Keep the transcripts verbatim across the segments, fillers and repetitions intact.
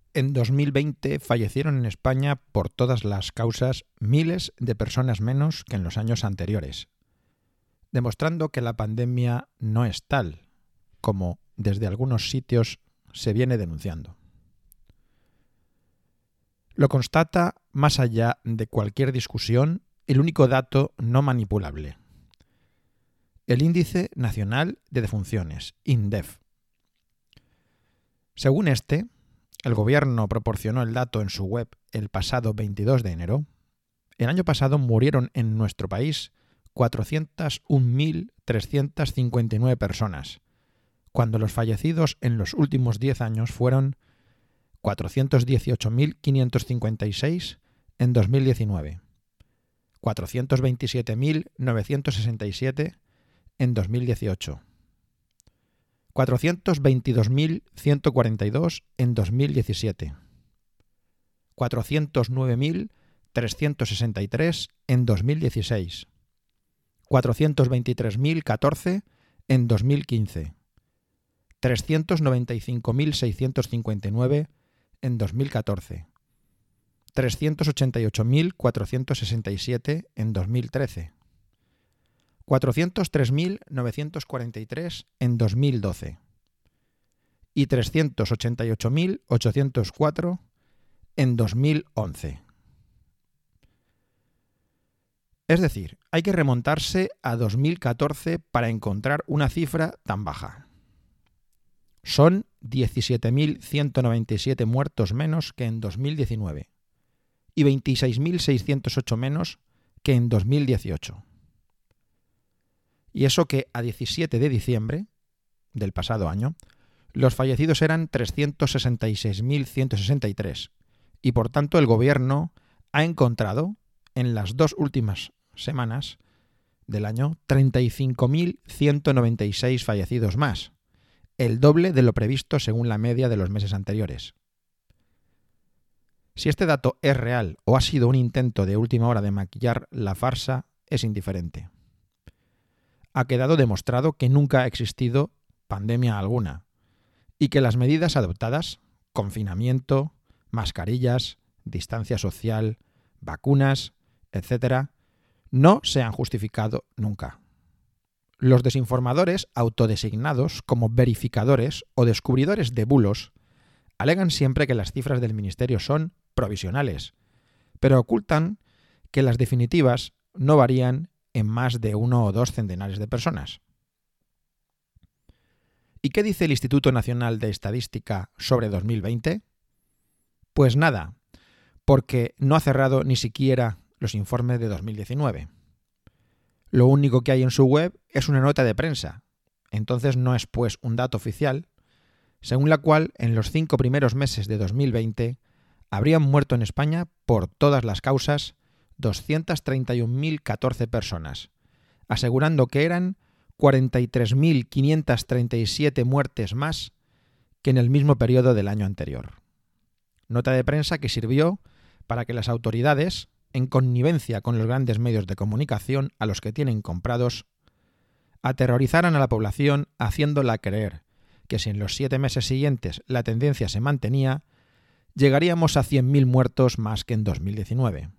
En dos mil veinte fallecieron en España por todas las causas miles de personas menos que en los años anteriores, demostrando que la pandemia no es tal, como desde algunos sitios se viene denunciando. Lo constata, más allá de cualquier discusión, el único dato no manipulable: el Índice Nacional de Defunciones, INDEF. Según este, el Gobierno proporcionó el dato en su web el pasado veintidós de enero. El año pasado murieron en nuestro país cuatrocientas un mil trescientas cincuenta y nueve personas, cuando los fallecidos en los últimos diez años fueron cuatrocientos dieciocho mil quinientos cincuenta y seis en dos mil diecinueve, cuatrocientos veintisiete mil novecientos sesenta y siete en dos mil dieciocho, cuatrocientos veintidós mil ciento cuarenta y dos en dos mil diecisiete, cuatrocientos nueve mil trescientos sesenta y tres en dos mil dieciséis, cuatrocientos veintitrés mil catorce en dos mil quince, trescientos noventa y cinco mil seiscientos cincuenta y nueve en dos mil catorce, trescientos ochenta y ocho mil cuatrocientos sesenta y siete en dos mil trece, cuatrocientos tres mil novecientos cuarenta y tres en dos mil doce y trescientos ochenta y ocho mil ochocientos cuatro en dos mil once. Es decir, hay que remontarse a dos mil catorce para encontrar una cifra tan baja. Son diecisiete mil ciento noventa y siete muertos menos que en dos mil diecinueve y veintiséis mil seiscientos ocho menos que en dos mil dieciocho. Y eso que a diecisiete de diciembre del pasado año, los fallecidos eran trescientos sesenta y seis mil ciento sesenta y tres, y por tanto el Gobierno ha encontrado en las dos últimas semanas del año treinta y cinco mil ciento noventa y seis fallecidos más, el doble de lo previsto según la media de los meses anteriores. Si este dato es real o ha sido un intento de última hora de maquillar la farsa, es indiferente. Ha quedado demostrado que nunca ha existido pandemia alguna y que las medidas adoptadas, confinamiento, mascarillas, distancia social, vacunas, etcétera, no se han justificado nunca. Los desinformadores autodesignados como verificadores o descubridores de bulos alegan siempre que las cifras del Ministerio son provisionales, pero ocultan que las definitivas no varían en más de uno o dos centenares de personas. ¿Y qué dice el Instituto Nacional de Estadística sobre dos mil veinte? Pues nada, porque no ha cerrado ni siquiera los informes de dos mil diecinueve. Lo único que hay en su web es una nota de prensa, entonces no es pues un dato oficial, según la cual en los cinco primeros meses de dos mil veinte habrían muerto en España por todas las causas doscientas treinta y un mil catorce personas, asegurando que eran cuarenta y tres mil quinientas treinta y siete muertes más que en el mismo periodo del año anterior. Nota de prensa que sirvió para que las autoridades, en connivencia con los grandes medios de comunicación a los que tienen comprados, aterrorizaran a la población haciéndola creer que si en los siete meses siguientes la tendencia se mantenía, llegaríamos a cien mil muertos más que en dos mil diecinueve.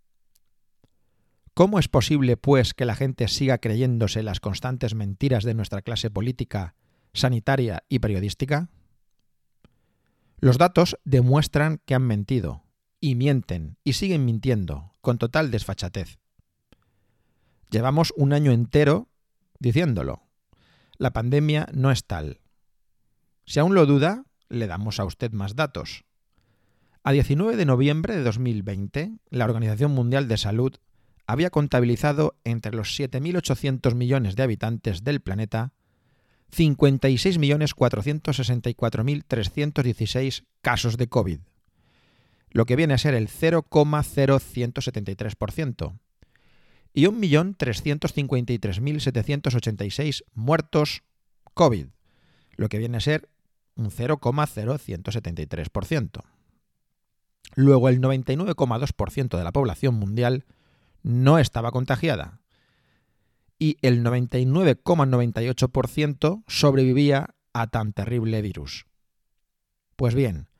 ¿Cómo es posible, pues, que la gente siga creyéndose las constantes mentiras de nuestra clase política, sanitaria y periodística? Los datos demuestran que han mentido, y mienten, y siguen mintiendo, con total desfachatez. Llevamos un año entero diciéndolo. La pandemia no es tal. Si aún lo duda, le damos a usted más datos. A diecinueve de noviembre de dos mil veinte, la Organización Mundial de Salud había contabilizado entre los siete mil ochocientos millones de habitantes del planeta cincuenta y seis millones cuatrocientos sesenta y cuatro mil trescientos dieciséis casos de COVID, lo que viene a ser el cero coma cero ciento setenta y tres por ciento, y un millón trescientos cincuenta y tres mil setecientos ochenta y seis muertos COVID, lo que viene a ser un cero coma cero ciento setenta y tres por ciento. Luego el noventa y nueve coma dos por ciento de la población mundial no estaba contagiada y el noventa y nueve coma noventa y ocho por ciento sobrevivía a tan terrible virus. Pues bien,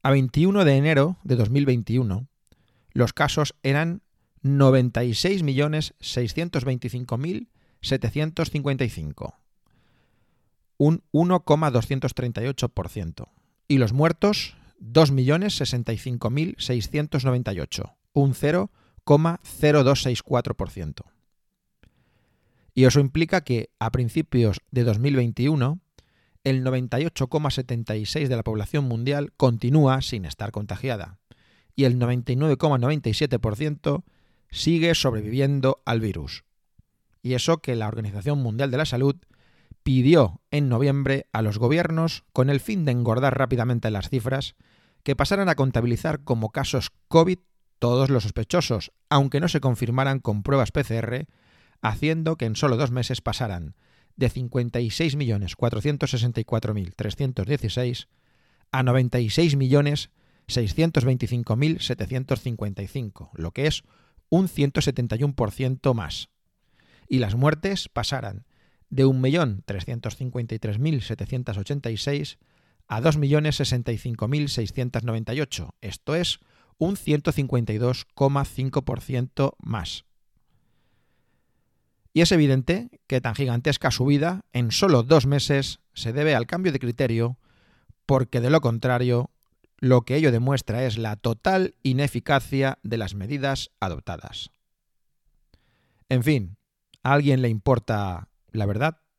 A veintiuno de enero de dos mil veintiuno, los casos eran noventa y seis millones seiscientos veinticinco mil setecientos cincuenta y cinco, un uno coma doscientos treinta y ocho por ciento, y los muertos dos millones sesenta y cinco mil seiscientos noventa y ocho, un cero coma cero doscientos sesenta y cuatro por ciento. Y eso implica que a principios de dos mil veintiuno el noventa y ocho coma setenta y seis por ciento de la población mundial continúa sin estar contagiada y el noventa y nueve coma noventa y siete por ciento sigue sobreviviendo al virus. Y eso que la Organización Mundial de la Salud pidió en noviembre a los gobiernos, con el fin de engordar rápidamente las cifras, que pasaran a contabilizar como casos COVID todos los sospechosos, aunque no se confirmaran con pruebas P C R, haciendo que en solo dos meses pasaran de cincuenta y seis millones cuatrocientos sesenta y cuatro mil trescientos dieciséis a noventa y seis millones seiscientos veinticinco mil setecientos cincuenta y cinco, lo que es un ciento setenta y uno por ciento más. Y las muertes pasaran de un millón trescientos cincuenta y tres mil setecientos ochenta y seis a dos millones sesenta y cinco mil seiscientos noventa y ocho, esto es un ciento cincuenta y dos coma cinco por ciento más. Y es evidente que tan gigantesca subida en solo dos meses se debe al cambio de criterio, porque de lo contrario, lo que ello demuestra es la total ineficacia de las medidas adoptadas. En fin, ¿a alguien le importa la verdad?